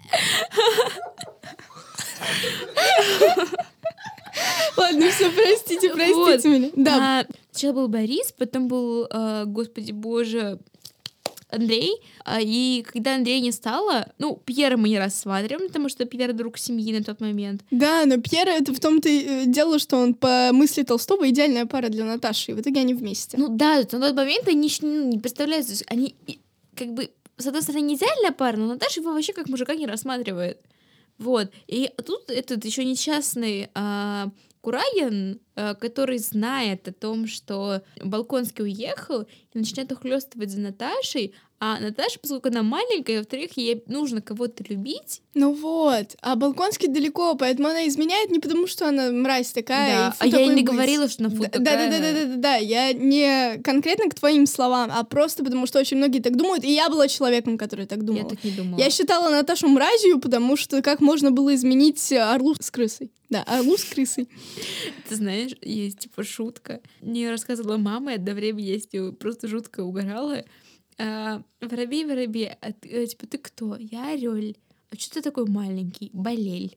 Ладно, все, простите, простите вот. меня. Да. А, сначала был Борис, потом был, э, господи боже, Андрей, а, и когда Андрея не стало, ну, Пьера мы не рассматриваем, потому что Пьер друг семьи на тот момент. Да, но Пьер — это в том-то и дело, что он по мысли Толстого идеальная пара для Наташи, и в итоге они вместе. Ну да, на тот момент они еще не представляют, они как бы, с одной стороны, не идеальная пара, но Наташа его вообще как мужика не рассматривает. Вот. И тут этот еще несчастный а, Курагин, а, который знает о том, что Болконский уехал, и начинает ухлёстывать за Наташей, а Наташа, поскольку она маленькая, во-вторых, ей нужно кого-то любить. Ну вот, а Болконский далеко, поэтому она изменяет не потому, что она мразь такая. Да, и фу а я и не быть. говорила, что она фу да, такая. Да-да-да-да-да, я не конкретно к твоим словам, а просто потому, что очень многие так думают, и я была человеком, который так думал. Я так не думала. Я считала Наташу мразью, потому что как можно было изменить орлу с крысой? Да, орлу с крысой. Ты знаешь, есть типа шутка. Мне рассказывала мама, и одно время я с ней просто жутко угорала. А, воробей, воробей, а ты, а, типа, ты кто? Я орёл. А что ты такой маленький? Болель.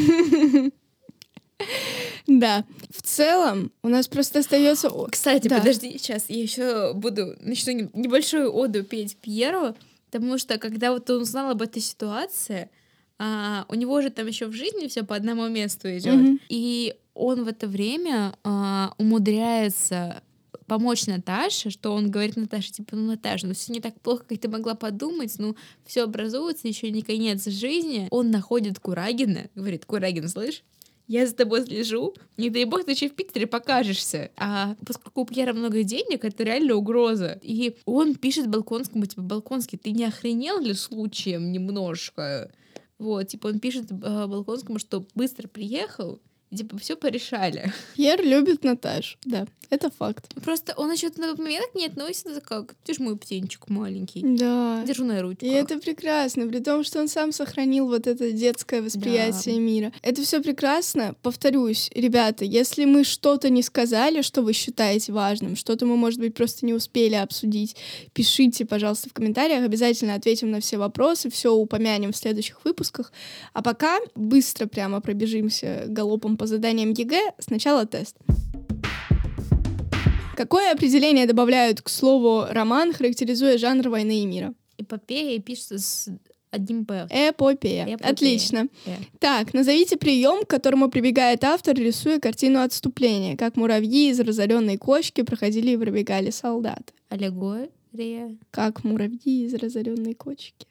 Да. В целом, у нас просто остается. Кстати, да. подожди, сейчас я еще буду начну небольшую оду петь Пьеру, потому что когда вот он узнал об этой ситуации, а, у него же там еще в жизни все по одному месту идет, Mm-hmm. и он в это время а, умудряется помочь Наташе, что он говорит Наташе, типа, ну, Наташа, ну все не так плохо, как ты могла подумать, ну, все образуется, еще не конец жизни. Он находит Курагина, говорит, Курагин, слышь, я за тобой слежу, не дай бог, ты еще в Питере покажешься. А поскольку у Пьера много денег, это реально угроза. И он пишет Болконскому, типа, Болконский, ты не охренел ли случаем немножко? Вот, типа, он пишет э, Болконскому, что быстро приехал, и, типа, все порешали. Пьер любит Наташу, да, это факт. Просто он еще на тот момент к ней относится как, ты ж мой птенчик маленький. Да. Держу на ручку. И это прекрасно, при том, что он сам сохранил вот это детское восприятие Да. мира. Это все прекрасно. Повторюсь, ребята, если мы что-то не сказали, что вы считаете важным, что-то мы, может быть, просто не успели обсудить, пишите, пожалуйста, в комментариях, обязательно ответим на все вопросы, все упомянем в следующих выпусках. А пока быстро прямо пробежимся галопом по заданиям ЕГЭ. Сначала тест. Какое определение добавляют к слову «роман», характеризуя жанр «Войны и мира»? Эпопея пишется с одним «п». Эпопея. Эпопея. Отлично. Э. Так, назовите прием, к которому прибегает автор, рисуя картину отступления, как муравьи из разоренной кочки проходили и пробегали солдаты. Аллегория. Как муравьи из разоренной кочки.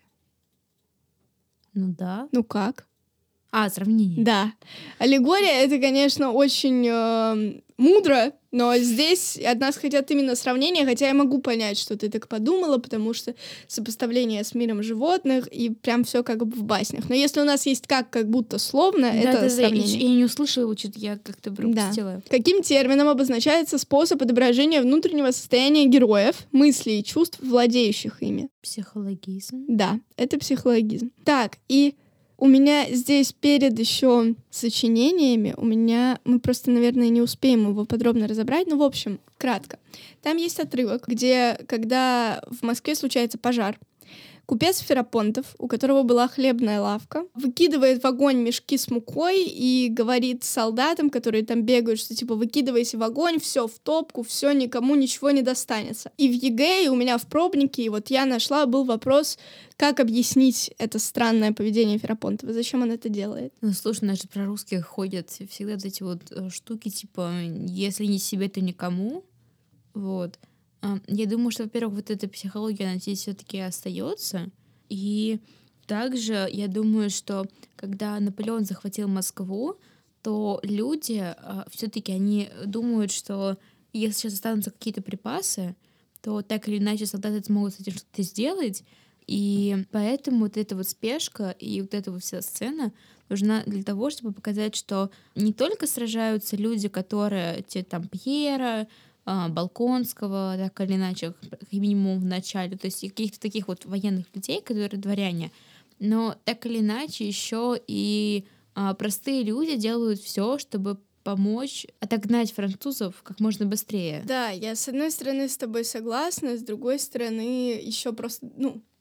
Ну да. Ну как? А, сравнение. Да. Аллегория — это, конечно, очень э, мудро, но здесь от нас хотят именно сравнения, хотя я могу понять, что ты так подумала, потому что сопоставление с миром животных и прям все как бы в баснях. Но если у нас есть как, как будто словно, Да, это да, да, сравнение. я, я не услышала, что-то я как-то пропустила. Да. Каким термином обозначается способ отображения внутреннего состояния героев, мыслей и чувств, владеющих ими? Психологизм. Да, это психологизм. Так, и у меня здесь перед еще сочинениями, у меня, мы просто, наверное, не успеем его подробно разобрать, но, в общем, кратко. Там есть отрывок, где, когда в Москве случается пожар, купец Ферапонтов, у которого была хлебная лавка, выкидывает в огонь мешки с мукой и говорит солдатам, которые там бегают, что типа выкидывайся в огонь, все в топку, все, никому ничего не достанется. И в ЕГЭ, и у меня в пробнике, и вот я нашла, был вопрос, как объяснить это странное поведение Ферапонтова, зачем он это делает. Ну, слушай, наши про русских ходят всегда вот эти вот э, штуки, типа, если не себе, то никому. Вот. Я думаю, что, во-первых, вот эта психология, она здесь все-таки остается. И также я думаю, что когда Наполеон захватил Москву, то люди э, все-таки они думают, что если сейчас останутся какие-то припасы, то так или иначе солдаты смогут с этим что-то сделать. И поэтому вот эта вот спешка и вот эта вот вся сцена нужна для того, чтобы показать, что не только сражаются люди, которые, те там Пьера, Болконского, так или иначе, как минимум в начале, то есть каких-то таких вот военных людей, которые дворяне, но так или иначе еще и а, простые люди делают все, чтобы помочь отогнать французов как можно быстрее. Да, я с одной стороны с тобой согласна, с другой стороны еще просто, ну,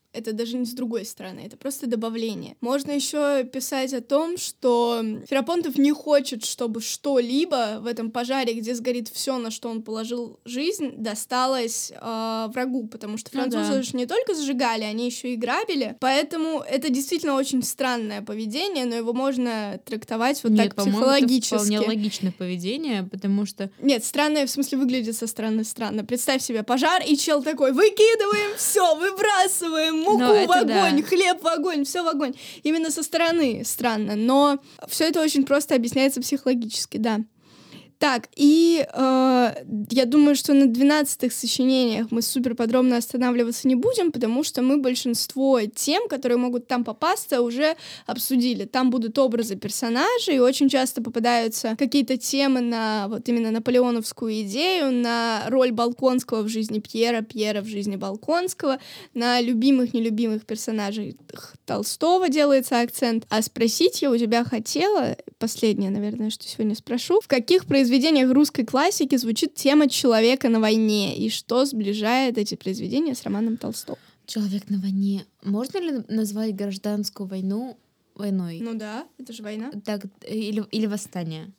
Это даже не с другой стороны, это просто добавление. Можно еще писать о том, что Ферапонтов не хочет, чтобы что-либо в этом пожаре, где сгорит все, на что он положил жизнь, досталось э, врагу, потому что французы ну, да. же не только сжигали, они еще и грабили, поэтому это действительно очень странное поведение, но его можно трактовать вот Нет, так психологически. Это вполне логичное поведение, потому что... Нет, странное в смысле выглядит со стороны странно. Представь себе пожар, и чел такой: выкидываем все, выбрасываем муку Но в огонь, да. хлеб в огонь, все в огонь. Именно со стороны странно, но все это очень просто объясняется психологически, да. Так, и э, я думаю, что на двенадцатых сочинениях мы супер подробно останавливаться не будем, потому что мы большинство тем, которые могут там попасться, уже обсудили. Там будут образы персонажей, и очень часто попадаются какие-то темы на вот именно наполеоновскую идею, на роль Болконского в жизни Пьера, Пьера в жизни Болконского, на любимых, нелюбимых персонажей Толстого делается акцент. А спросить я у тебя хотела, последнее, наверное, что сегодня спрошу, в каких произведениях В произведениях русской классики звучит тема человека на войне, и что сближает эти произведения с романом Толстого? Человек на войне. Можно ли назвать гражданскую войну войной? Ну да, это же война. Так, или, или восстание?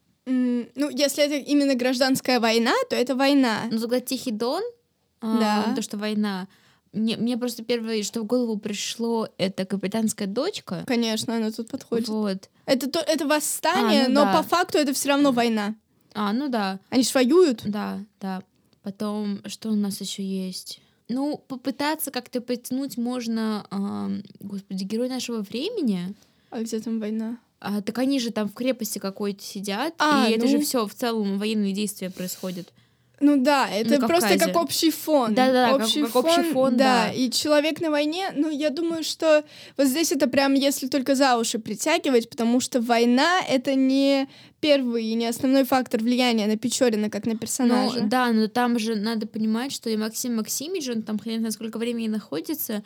Mm, ну, если это именно гражданская война, то это война. Ну, тогда Тихий Дон, да. а, то, что война. Мне, мне просто первое, что в голову пришло, это «Капитанская дочка». Конечно, она тут подходит. Вот. Это, то, это восстание, а, ну но да. по факту это все равно война. А, ну да. Они ж воюют. Да, да. Потом, что у нас еще есть? Ну, попытаться как-то потянуть можно, э, господи, герой нашего времени. А где там война? А, так они же там в крепости какой-то сидят, а, и ну... это же все в целом военные действия происходят. Ну да, это просто как общий фон. Да-да, общий как, фон, как общий фон, да. да. И человек на войне, ну, я думаю, что вот здесь это прям если только за уши притягивать, потому что война — это не первый и не основной фактор влияния на Печорина, как на персонажа. Ну да, но там же надо понимать, что и Максим Максимович, он там хрен знает сколько времени находится,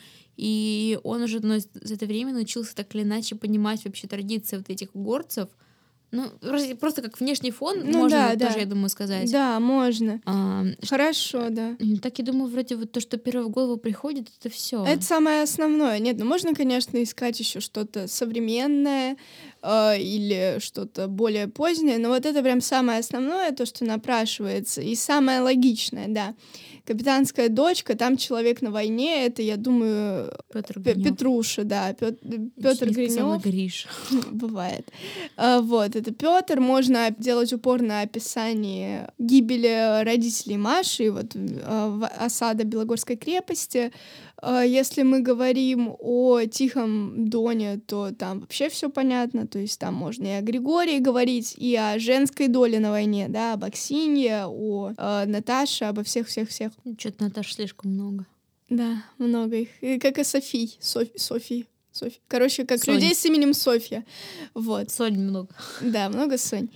и он уже ну, за это время научился так или иначе понимать вообще традиции вот этих горцев. Ну, просто как внешний фон ну, можно да, тоже, да. я думаю, сказать. Да, можно. А, Хорошо, да. Так, я думаю, вроде вот то, что первое в голову приходит, это все. Это самое основное. Нет, ну можно, конечно, искать еще что-то современное э, или что-то более позднее, но вот это прям самое основное, то, что напрашивается, и самое логичное, да. «Капитанская дочка», там человек на войне, это, я думаю, Петр П- Петруша, да, Петр, Петр Гринёв. Гриш. Бывает. А, вот, это Петр. Можно делать упор на описании гибели родителей Маши, вот а, осада Белогорской крепости. А, если мы говорим о Тихом Доне, то там вообще все понятно, то есть там можно и о Григории говорить, и о женской доле на войне, да, об Аксинье, о а, Наташе, обо всех-всех-всех. Что-то Наташи слишком много. Да, много их. И как и Софий. Софь, Софий. Софья. Короче, как Сонь. людей с именем Софья. Вот. Сонь много. Да, много Сонь.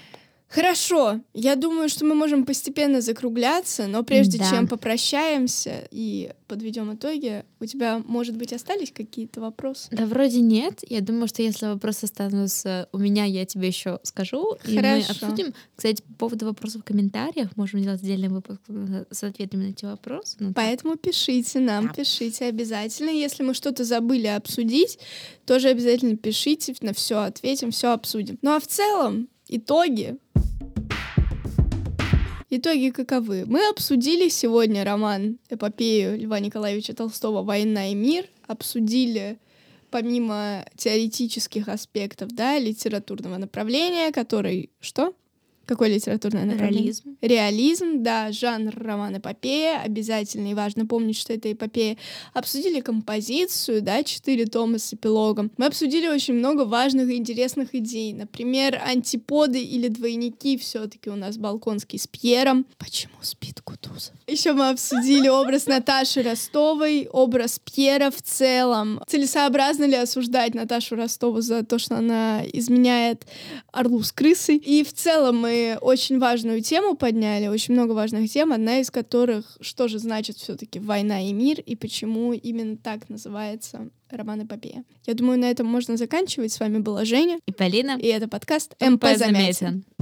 Хорошо. Я думаю, что мы можем постепенно закругляться, но прежде да. чем попрощаемся и подведем итоги, у тебя, может быть, остались какие-то вопросы? Да, вроде нет. Я думаю, что если вопросы останутся у меня, я тебе еще скажу. Хорошо. И мы обсудим. Кстати, по поводу вопросов в комментариях можем сделать отдельный выпуск с ответами на эти вопросы. Ну, Поэтому так. пишите нам, да. пишите обязательно. Если мы что-то забыли обсудить, тоже обязательно пишите, на все ответим, все обсудим. Ну а в целом, итоги. Итоги каковы? Мы обсудили сегодня роман, эпопею Льва Николаевича Толстого «Война и мир», обсудили помимо теоретических аспектов, да, литературного направления, который... Что? Какое литературное направление? Реализм. Реализм, да, жанр роман-эпопея, обязательно и важно помнить, что это эпопея. Обсудили композицию, да, четыре тома с эпилогом. Мы обсудили очень много важных и интересных идей. Например, антиподы или двойники все-таки у нас Болконский с Пьером. Почему спит Кутузов? Еще мы обсудили образ Наташи Ростовой, образ Пьера в целом. Целесообразно ли осуждать Наташу Ростову за то, что она изменяет орлу с крысой? И в целом мы очень важную тему подняли, очень много важных тем, одна из которых, что же значит все-таки «Война и мир» и почему именно так называется роман-эпопея. Я думаю, на этом можно заканчивать. С вами была Женя и Полина. И это подкаст «МП заметен».